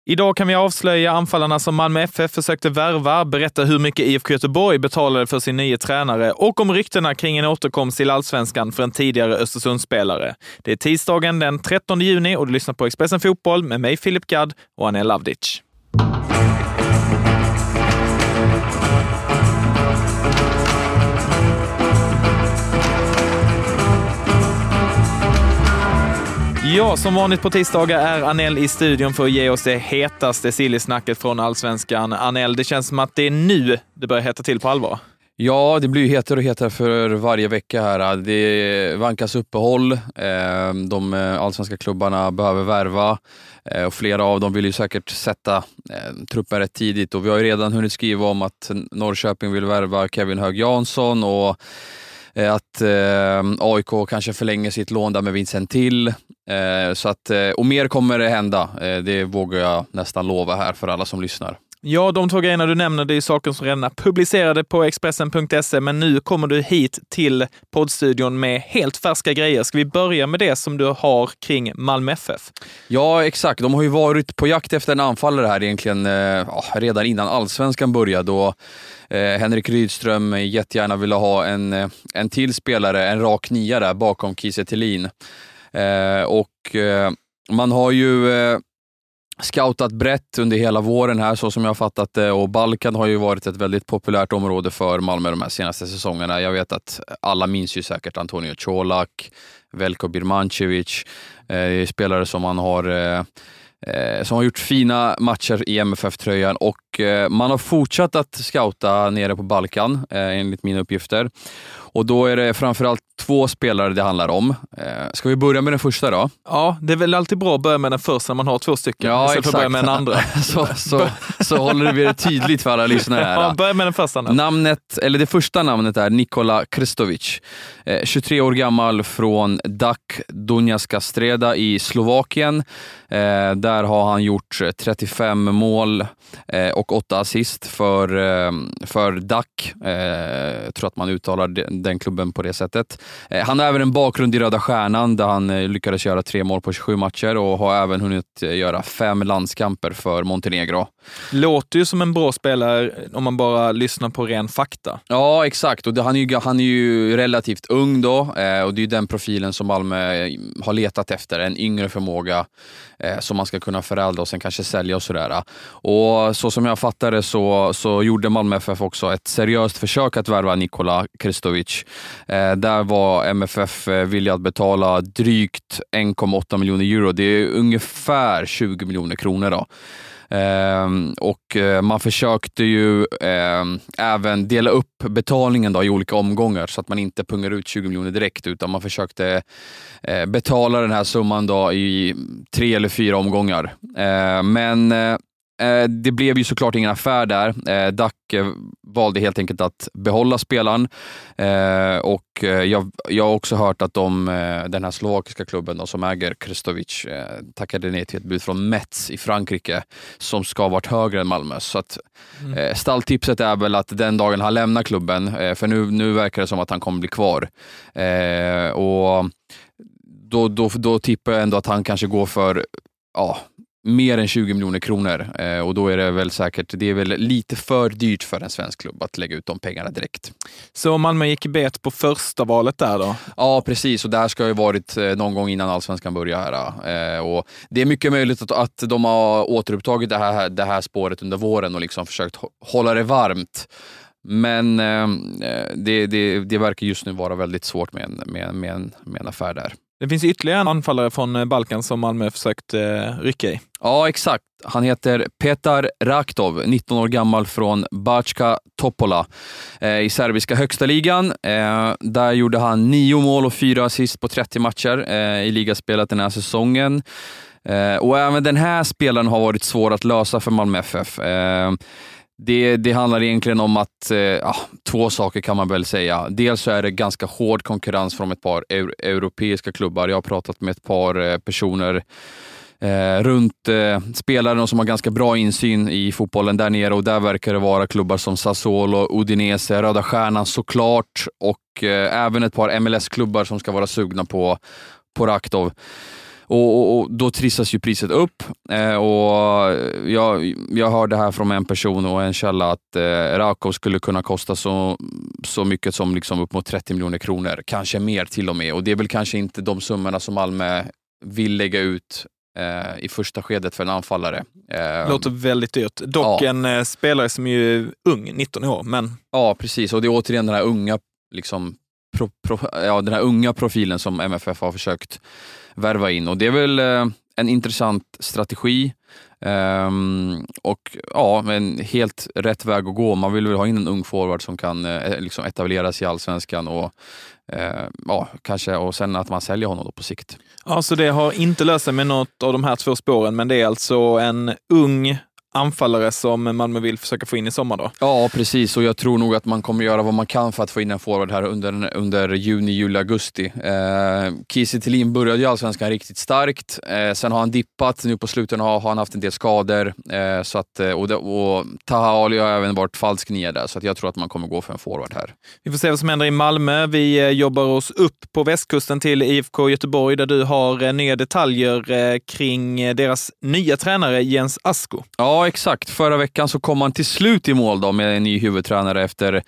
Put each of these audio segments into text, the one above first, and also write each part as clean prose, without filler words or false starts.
Idag kan vi avslöja anfallarna som Malmö FF försökte värva, berätta hur mycket IFK Göteborg betalade för sin nya tränare och om ryktena kring en återkomst till Allsvenskan för en tidigare Östersundsspelare. Det är tisdagen den 13 juni och du lyssnar på Expressen Fotboll med mig Filip Gadd och Anel Avdic. Ja, som vanligt på tisdagar är Anel i studion för att ge oss det hetaste sillisnacket från Allsvenskan. Anel, det känns som att det är nu det börjar heta till på allvar. Ja, det blir ju hetare och hetare för varje vecka här. Det vankas uppehåll. De allsvenska klubbarna behöver värva. Och flera av dem vill ju säkert sätta truppen rätt tidigt. Och vi har ju redan hunnit skriva om att Norrköping vill värva Kevin Hög Jansson och att AIK kanske förlänger sitt lån där med Vincent till. Så att, och mer kommer det hända. Det vågar jag nästan lova här för alla som lyssnar. Ja, de två grejerna du nämner, det är saker som redan är publicerade på Expressen.se, men nu kommer du hit till poddstudion med helt färska grejer. Ska vi börja med det som du har kring Malmö FF? Ja, exakt. De har ju varit på jakt efter en anfallare här egentligen redan innan Allsvenskan började, och Henrik Rydström jättegärna ville ha en till spelare, en rak nia där bakom Kiese Thelin. Och man har ju scoutat brett under hela våren här, så som jag har fattat det, och Balkan har ju varit ett väldigt populärt område för Malmö de här senaste säsongerna. Jag vet att alla minns ju säkert Antonio Colak, Veljko Birmancevic, spelare som man har som har gjort fina matcher i MFF-tröjan, och man har fortsatt att scouta nere på Balkan enligt mina uppgifter. Och då är det framförallt 2 spelare det handlar om. Ska vi börja med den första då? Ja, det är väl alltid bra att börja med den första när man har 2 stycken. Ja, istället för att börja med den andra. så håller vi det tydligt för alla lyssnare här. Ja, börja med den första. Det första namnet är Nikola Kristovic. 23 år gammal från DAC Dunjaska Streda i Slovakien. Där har han gjort 35 mål och 8 assist för DAC. Jag tror att man uttalar den klubben på det sättet. Han har även en bakgrund i Röda Stjärnan där han lyckades göra 3 mål på 27 matcher och har även hunnit göra 5 landskamper för Montenegro. Låter ju som en bra spelare om man bara lyssnar på ren fakta. Ja, exakt. Och han är ju relativt ung då, och det är ju den profilen som Malmö har letat efter. En yngre förmåga som man ska kunna förädla och sen kanske sälja och sådär. Och så som jag fattade så gjorde Malmö FF också ett seriöst försök att värva Nikola Kristovic. Där var MFF villiga att betala drygt 1,8 miljoner euro. Det är ungefär 20 miljoner kronor då. Och man försökte ju även dela upp betalningen då i olika omgångar så att man inte pungar ut 20 miljoner direkt, utan man försökte betala den här summan då i 3 eller 4 omgångar. Men det blev ju såklart ingen affär där. DAC valde helt enkelt att behålla spelaren, och jag har också hört att den här slovakiska klubben då, som äger Kristovic tackade nej till ett bud från Metz i Frankrike som ska ha varit högre än Malmö. Så att stalltipset är väl att den dagen han lämnar klubben, för nu verkar det som att han kommer bli kvar, och då tippar jag ändå att han kanske går för mer än 20 miljoner kronor, och då är det väl säkert, det är väl lite för dyrt för en svensk klubb att lägga ut de pengarna direkt. Så Malmö gick i bet på första valet där då? Ja, precis, och det här ska ju varit någon gång innan Allsvenskan börjar här, och det är mycket möjligt att de har återupptagit det här spåret under våren och liksom försökt hålla det varmt. Men det verkar just nu vara väldigt svårt med en affär där. Det finns ytterligare en anfallare från Balkan som Malmö försökt rycka i. Ja, exakt. Han heter Petar Raktov, 19 år gammal från Bačka Topola i serbiska högsta ligan. Där gjorde han 9 mål och 4 assist på 30 matcher i ligaspelet den här säsongen. Och även den här spelaren har varit svår att lösa för Malmö FF. Det handlar egentligen om att 2 saker kan man väl säga. Dels så är det ganska hård konkurrens från ett par europeiska klubbar. Jag har pratat med ett par personer runt spelare som har ganska bra insyn i fotbollen där nere, och där verkar det vara klubbar som Sassuolo, Udinese, Röda Stjärnan såklart, och även ett par MLS-klubbar som ska vara sugna på Raktov. Och då trissas ju priset upp. Och jag hörde här från en person och en källa att Rakov skulle kunna kosta så mycket som liksom upp mot 30 miljoner kronor. Kanske mer till och med. Och det är väl kanske inte de summorna som Malmö vill lägga ut i första skedet för en anfallare. Låter väldigt dyrt. Dock en spelare som är ju ung, 19 år. Men... Ja, precis. Och det är återigen den här unga liksom, den här unga profilen som MFF har försökt värva in. Och det är väl en intressant strategi. Och ja, men helt rätt väg att gå. Man vill väl ha in en ung forward som kan liksom etableras i Allsvenskan och kanske, och sen att man säljer honom då på sikt. Ja, så det har inte löst sig med något av de här 2 spåren, men det är alltså en ung anfallare som Malmö vill försöka få in i sommar då? Ja, precis. Och jag tror nog att man kommer göra vad man kan för att få in en forward här under juni, juli, augusti. Kiese Thelin började i Allsvenskan riktigt starkt. Sen har han dippat. Nu på slutet har han haft en del skador. Så att, och Taha Ali har även varit falsk nia där. Så att jag tror att man kommer gå för en forward här. Vi får se vad som händer i Malmö. Vi jobbar oss upp på västkusten till IFK Göteborg där du har nya detaljer kring deras nya tränare Jens Asko. Ja, exakt. Förra veckan så kom man till slut i mål då med en ny huvudtränare efter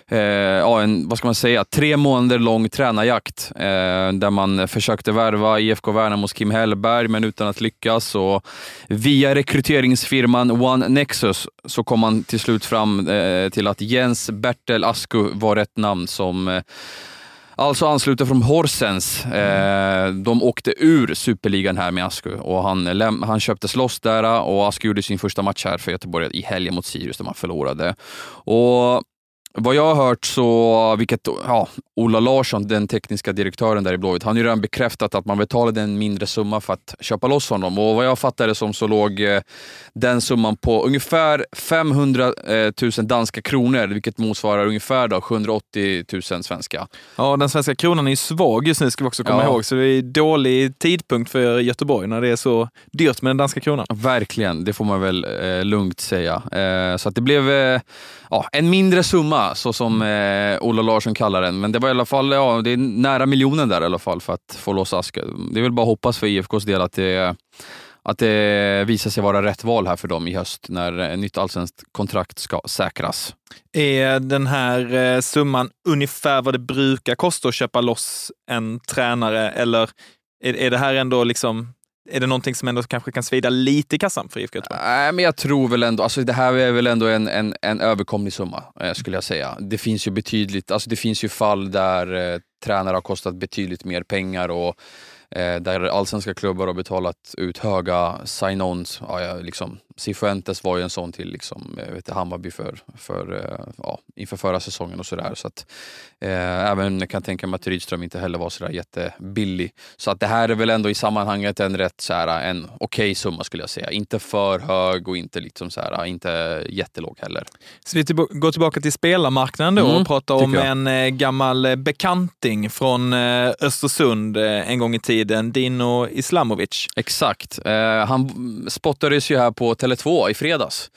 vad ska man säga, 3 månader lång tränarjakt där man försökte värva IFK Värnamos Kim Hellberg men utan att lyckas, och via rekryteringsfirman One Nexus så kom man till slut fram till att Jens Bertel Asko var rätt namn som alltså ansluter från Horsens. De åkte ur Superligan här med Asko och han köptes loss där, och Asko gjorde sin första match här för Göteborg i helgen mot Sirius där man förlorade. Och vad jag har hört så, Ola Larsson, den tekniska direktören där i Blåvitt, han har ju redan bekräftat att man betalade en mindre summa för att köpa loss honom. Och vad jag fattade som så låg den summan på ungefär 500 000 danska kronor, vilket motsvarar ungefär då 780 000 svenska. Ja, den svenska kronan är ju svag just nu, ska vi också komma ihåg. Så det är en dålig tidpunkt för Göteborg när det är så dyrt med den danska kronan. Verkligen, det får man väl lugnt säga. Så att det blev en mindre summa, så som Ola Larsson kallar den. Men det var i alla fall, det är nära miljonen där i alla fall för att få loss Asko. Det är väl bara hoppas för IFKs del att det visar sig vara rätt val här för dem i höst när ett nytt allsvenskt kontrakt ska säkras. Är den här summan ungefär vad det brukar kosta att köpa loss en tränare, eller är det här ändå liksom... Är det någonting som ändå kanske kan svida lite i kassan för IFK Göteborg? Nej, men jag tror väl ändå, alltså det här är väl ändå en överkomlig summa, skulle jag säga. Det finns ju det finns ju fall där tränare har kostat betydligt mer pengar och där allsvenska klubbar har betalat ut höga sign-ons. Cifuentes var ju en sån till Hammarby inför förra säsongen och sådär. Så att även jag kan tänka mig att Rydström inte heller var sådär jättebillig. Så att det här är väl ändå i sammanhanget en okej summa, skulle jag säga. Inte för hög och inte inte jättelåg heller. Så vi går tillbaka till spelarmarknaden då och pratar om en gammal bekanting från Östersund en gång i tiden, Dino Islamovic. Exakt. Han spottades ju här på Tele2 i fredags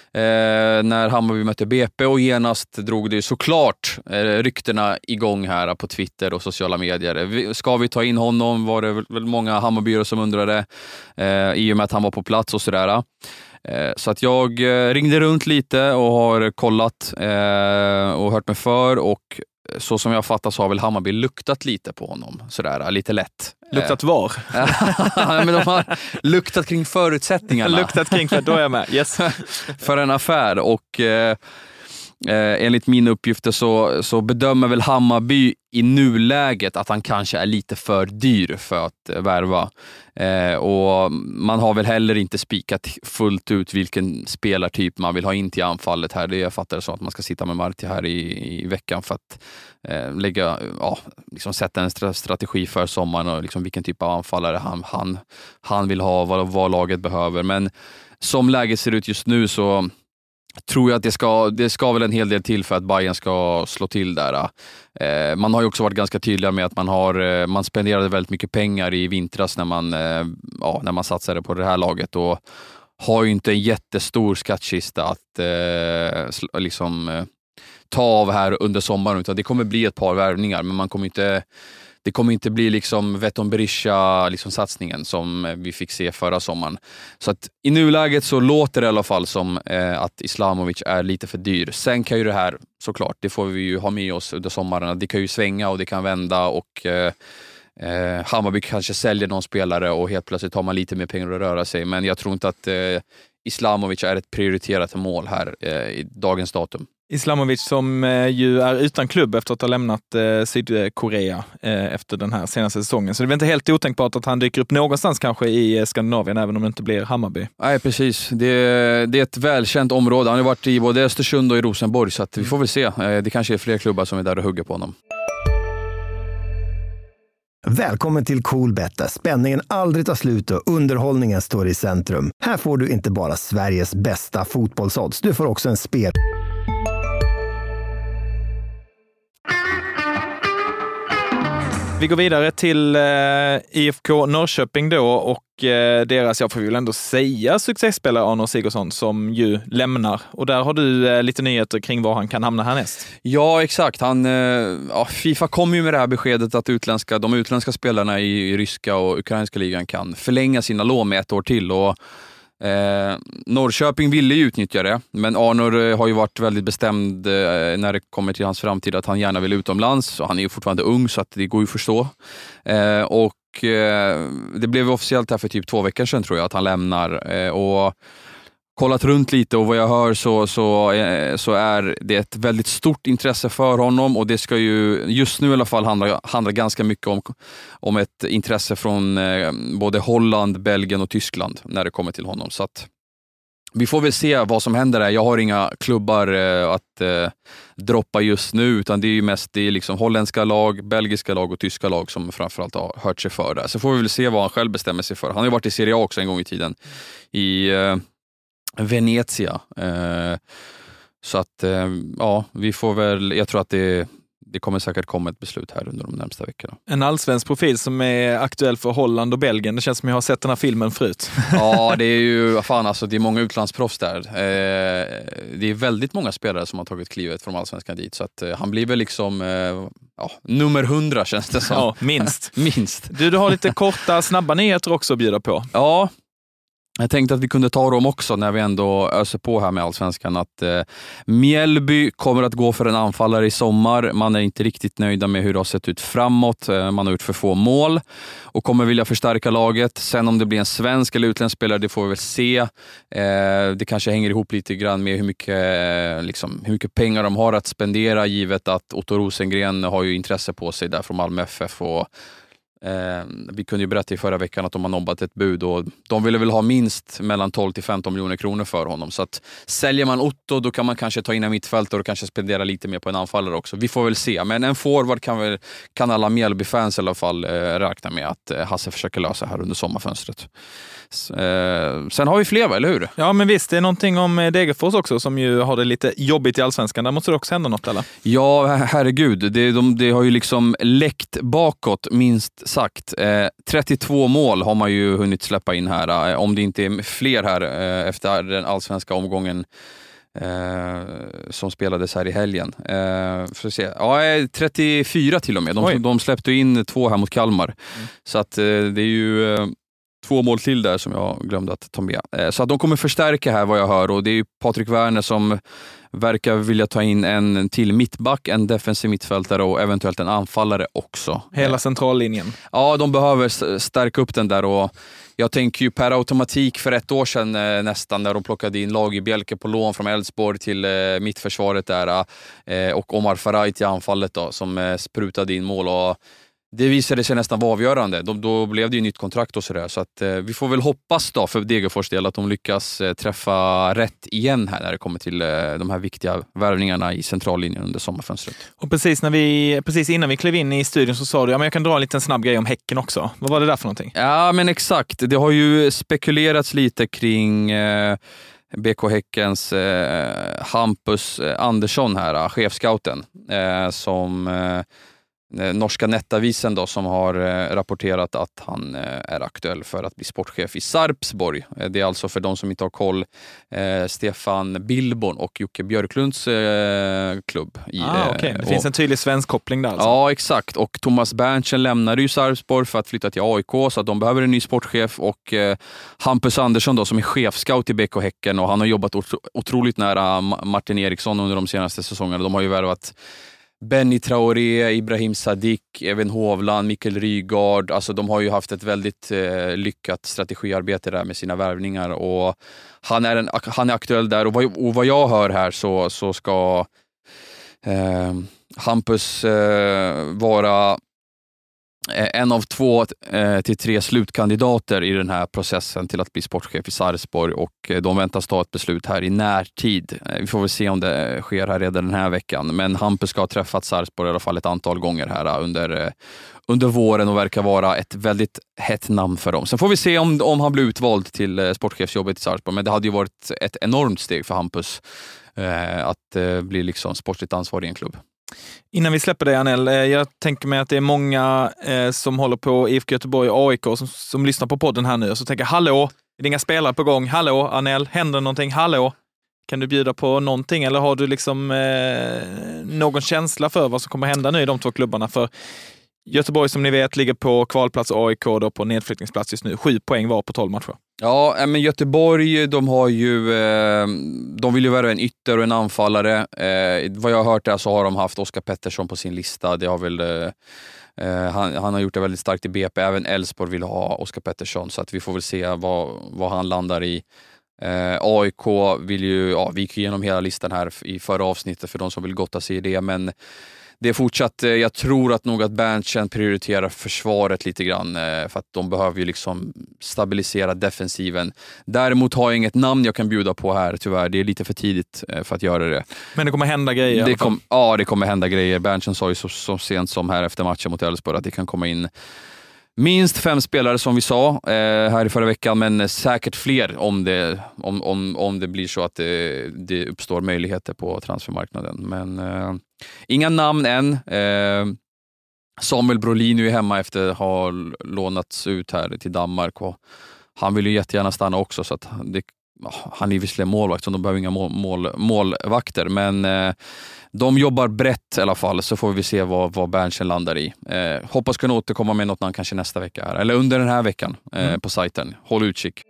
när Hammarby mötte BP, och genast drog det såklart ryktena igång här på Twitter och sociala medier. Ska vi ta in honom, var det väl många Hammarbyare som undrade i och med att han var på plats och sådär. Så att jag ringde runt lite och har kollat och hört mig för, och så som jag fattar så har väl Hammarby luktat lite på honom, sådär, lite lätt. Luktat var? Men de har luktat kring förutsättningarna. Luktat kring, då är jag med, yes. För en affär, och enligt mina uppgifter så bedömer väl Hammarby i nuläget att han kanske är lite för dyr för att värva. Och man har väl heller inte spikat fullt ut vilken spelartyp man vill ha in till anfallet här. Det jag fattar så att man ska sitta med Marti här i veckan för att sätta en strategi för sommaren och vilken typ av anfallare han vill ha, vad laget behöver. Men som läget ser ut just nu så tror jag att det ska väl en hel del till för att Bayern ska slå till där. Man har ju också varit ganska tydliga med att man spenderade väldigt mycket pengar i vintras när man satsade på det här laget, och har ju inte en jättestor skattkista att ta av här under sommaren, utan det kommer bli ett par värvningar, men man kommer inte det kommer inte bli liksom Veton Berisha liksom satsningen som vi fick se förra sommaren. Så att i nuläget så låter det i alla fall som att Islamovic är lite för dyr. Sen kan ju det här, såklart, det får vi ju ha med oss under sommaren. Det kan ju svänga och det kan vända och Hammarby kanske säljer någon spelare och helt plötsligt har man lite mer pengar att röra sig. Men jag tror inte att Islamovic är ett prioriterat mål här i dagens datum. Islamovic som ju är utan klubb efter att ha lämnat Sydkorea efter den här senaste säsongen. Så det är inte helt otänkbart att han dyker upp någonstans kanske i Skandinavien, även om det inte blir Hammarby. Nej, precis. Det är ett välkänt område. Han har varit i både Östersund och i Rosenborg, så att vi får väl se. Det kanske är fler klubbar som är där och hugger på honom. Välkommen till Coolbet, där spänningen aldrig tar slut och underhållningen står i centrum. Här får du inte bara Sveriges bästa fotbollsodds, du får också en spel. Vi går vidare till IFK Norrköping då och deras, jag får väl ändå säga, successspelare Arnor Sigurdsson som ju lämnar. Och där har du lite nyheter kring var han kan hamna härnäst. Ja, exakt. FIFA kom ju med det här beskedet att de utländska spelarna i ryska och ukrainska ligan kan förlänga sina lån med 1 år till. Och Norrköping ville ju utnyttja det, men Arnor har ju varit väldigt bestämd när det kommer till hans framtid att han gärna vill utomlands, och han är ju fortfarande ung så att det går ju att förstå. Och det blev officiellt här för typ 2 veckor sedan tror jag att han lämnar, och kollat runt lite och vad jag hör så är det ett väldigt stort intresse för honom, och det ska ju just nu i alla fall handla ganska mycket om ett intresse från både Holland, Belgien och Tyskland när det kommer till honom. Så att vi får väl se vad som händer där. Jag har inga klubbar att droppa just nu, utan det är ju mest liksom holländska lag, belgiska lag och tyska lag som framförallt har hört sig för där. Så får vi väl se vad han själv bestämmer sig för. Han har ju varit i Serie A också en gång i tiden i Venezia. Så att ja, vi får väl, jag tror att det kommer säkert komma ett beslut här under de närmsta veckorna. En allsvensk profil som är aktuell för Holland och Belgien. Det känns som jag har sett den här filmen förut. Ja, det är ju fan, alltså, det är många utlandsproffs där. Det är väldigt många spelare som har tagit klivet från allsvenskan dit, så att han blir väl liksom nummer 100 känns det som. Ja, minst. Minst. Du har lite korta, snabba nyheter också att bjuda på. Ja, jag tänkte att vi kunde ta dem också när vi ändå öser på här med allsvenskan. Att Mjällby kommer att gå för en anfallare i sommar. Man är inte riktigt nöjda med hur det har sett ut framåt. Man har gjort för få mål och kommer vilja förstärka laget. Sen om det blir en svensk eller utländsk spelare, det får vi väl se. Det kanske hänger ihop lite grann med hur mycket pengar de har att spendera, givet att Otto Rosengren har ju intresse på sig där från Malmö FF, och vi kunde ju berätta i förra veckan att de har nobbat ett bud och de ville väl ha minst mellan 12 till 15 miljoner kronor för honom. Så att säljer man Otto, då kan man kanske ta in en mittfältare och kanske spendera lite mer på en anfallare också. Vi får väl se, men en forward kan alla Mjällby-fans i alla fall räkna med att Hasse försöker lösa här under sommarfönstret. Sen har vi fler, eller hur? Ja, men visst, det är någonting om Degerfors också som ju har det lite jobbigt i allsvenskan. Där måste det också hända något, eller? Ja, herregud. Det har ju liksom läckt bakåt, minst sagt. 32 mål har man ju hunnit släppa in här. Om det inte är fler här efter den allsvenska omgången som spelades här i helgen. Får se. Ja, 34 till och med. De släppte in 2 här mot Kalmar. Så att det är ju 2 mål till där som jag glömde att ta med. Så att de kommer förstärka här vad jag hör, och det är ju Patrik Werner som verkar vilja ta in en till mittback, en defensiv mittfältare och eventuellt en anfallare också. Hela centrallinjen. Ja, de behöver stärka upp den där, och jag tänker ju per automatik för 1 år sedan nästan, när de plockade in lag i Bjelke på lån från Elfsborg till mittförsvaret där, och Omar Faraj till anfallet då, som sprutade in mål, och det visade sig nästan vara avgörande. Då blev det ju nytt kontrakt och sådär. Så att vi får väl hoppas då för Degerfors del att de lyckas träffa rätt igen här när det kommer till de här viktiga värvningarna i centrallinjen under sommarfönstret. Och precis innan vi klev in i studion så sa du att jag kan dra en liten snabb grej om Häcken också. Vad var det där för någonting? Ja, men exakt. Det har ju spekulerats lite kring BK Häckens Hampus Andersson här, chefscouten, som norska Nettavisen då, som har rapporterat att han är aktuell för att bli sportchef i Sarpsborg. Det är alltså, för de som inte har koll, Stefan Billborn och Jocke Björklunds klubb. Okay. Det finns en tydlig svensk koppling där alltså. Ja, exakt. Och Thomas Berntsen lämnade ju Sarpsborg för att flytta till AIK, så att de behöver en ny sportchef. Och Hampus Andersson då, som är chefscout i BK Häcken, och han har jobbat otroligt nära Martin Eriksson under de senaste säsongerna. De har ju värvat Benny Traoré, Ibrahim Sadiq, Even Hovland, Mikael Rygaard. Alltså de har ju haft ett väldigt lyckat strategiarbete där med sina värvningar, och han är aktuell där, och vad jag hör här så ska Hampus vara en av 2 till 3 slutkandidater i den här processen till att bli sportchef i Sarpsborg, och de väntas ta ett beslut här i närtid. Vi får väl se om det sker här redan den här veckan, men Hampus ska ha träffat Sarpsborg i alla fall ett antal gånger här under våren och verkar vara ett väldigt hett namn för dem. Sen får vi se om han blir utvald till sportchefsjobbet i Sarpsborg, men det hade ju varit ett enormt steg för Hampus att bli liksom sportligt ansvarig i en klubb. Innan vi släpper det, Anel, jag tänker mig att det är många som håller på IFK Göteborg och AIK som lyssnar på podden här nu och så tänker, hallå, är det inga spelare på gång? Hallå, Anel, händer någonting? Hallå, kan du bjuda på någonting? Eller har du liksom någon känsla för vad som kommer hända nu i de 2 klubbarna? För Göteborg, som ni vet, ligger på kvalplats, och AIK då på nedflyttningsplats just nu. 7 poäng var på 12 matcher. Ja, men Göteborg, de vill ju vara en ytter och en anfallare. Vad jag har hört där så har de haft Oskar Pettersson på sin lista. Det har väl, han har gjort det väldigt starkt i BP. Även Elfsborg vill ha Oskar Pettersson, så att vi får väl se vad han landar i. AIK vill ju, vi gick igenom hela listan här i förra avsnittet för de som vill gotta sig i det, men det är fortsatt, jag tror att nog att Berntsen prioriterar försvaret lite grann, för att de behöver ju liksom stabilisera defensiven. Däremot har jag inget namn jag kan bjuda på här, tyvärr. Det är lite för tidigt för att göra det. Men det kommer hända grejer? Det kommer hända grejer. Berntsen sa ju så sent som här efter matchen mot Elfsborg att det kan komma in minst 5 spelare som vi sa här i förra veckan, men säkert fler om det blir så att det uppstår möjligheter på transfermarknaden. Men inga namn än. Samuel Brolin är ju hemma efter att ha lånats ut här till Danmark, och han vill ju jättegärna stanna också, så att han är visserligen målvakt, så de behöver inga målvakter, men de jobbar brett i alla fall, så får vi se vad Berntsen landar i. Hoppas kunna återkomma med något namn kanske nästa vecka här, eller under den här veckan på sajten. Håll utkik.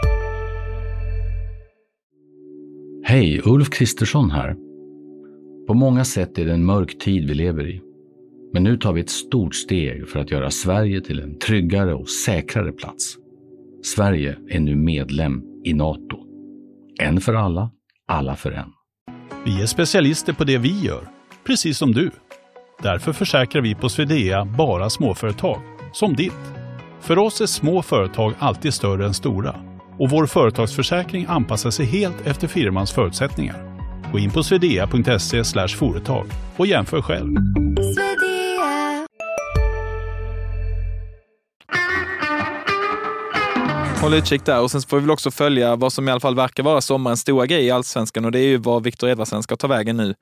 Hej, Ulf Kristersson här. På många sätt är det en mörk tid vi lever i. Men nu tar vi ett stort steg för att göra Sverige till en tryggare och säkrare plats. Sverige är nu medlem i NATO. En för alla, alla för en. Vi är specialister på det vi gör, precis som du. Därför försäkrar vi på Swedea bara småföretag, som ditt. För oss är små företag alltid större än stora. Och vår företagsförsäkring anpassar sig helt efter firmans förutsättningar. Gå in på swedea.se/företag och jämför själv. Håll utkik där, och sen får vi väl också följa vad som i alla fall verkar vara sommarens stora grej i Allsvenskan, och det är ju vad Viktor Edvardsen ska ta vägen nu.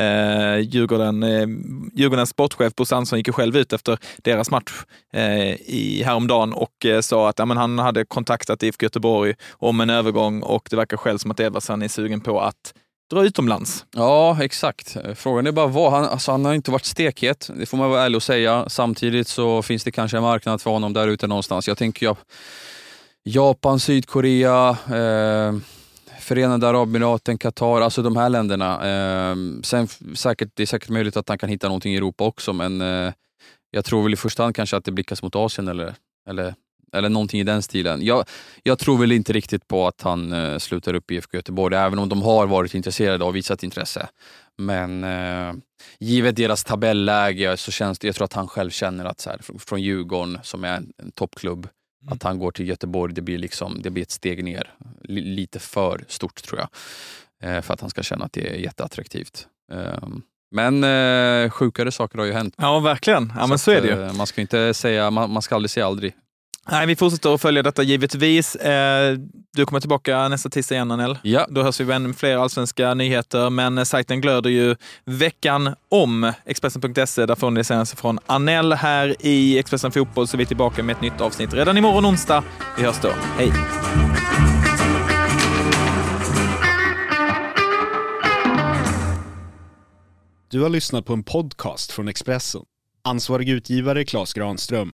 Djurgårdens sportchef Bo Sandsson gick ju själv ut efter deras match häromdagen och sa att han hade kontaktat IFK Göteborg om en övergång, och det verkar själv som att Edvardsen är sugen på att dra utomlands. Ja, exakt. Frågan är bara vad. Han har inte varit stekhet, det får man vara ärlig och säga. Samtidigt så finns det kanske en marknad för honom där ute någonstans. Jag tänker Japan, Sydkorea, Förenade Arabemiraten, Qatar, alltså de här länderna. Sen det är säkert möjligt att han kan hitta någonting i Europa också, men jag tror väl i första hand kanske att det blickas mot Asien eller någonting i den stilen. Jag tror väl inte riktigt på att han slutar upp i IFK Göteborg, även om de har varit intresserade och visat intresse. Men givet deras tabelläge så känns det, jag tror att han själv känner att så här, från Djurgården som är en toppklubb, att han går till Göteborg, det blir ett steg ner. Lite för stort tror jag. För att han ska känna att det är jätteattraktivt. Men sjukare saker har ju hänt. Ja, verkligen. Ja, men så är det ju. Man ska inte säga, man ska aldrig säga aldrig. Nej, vi fortsätter att följa detta givetvis. Du kommer tillbaka nästa tisdag igen, Anel. Ja. Då hörs vi med ännu fler allsvenska nyheter, men sajten glöder ju veckan om Expressen.se. Där får ni senaste från Anel här i Expressen Fotboll, så vi är tillbaka med ett nytt avsnitt redan imorgon onsdag. Vi hörs då. Hej! Du har lyssnat på en podcast från Expressen. Ansvarig utgivare Claes Granström.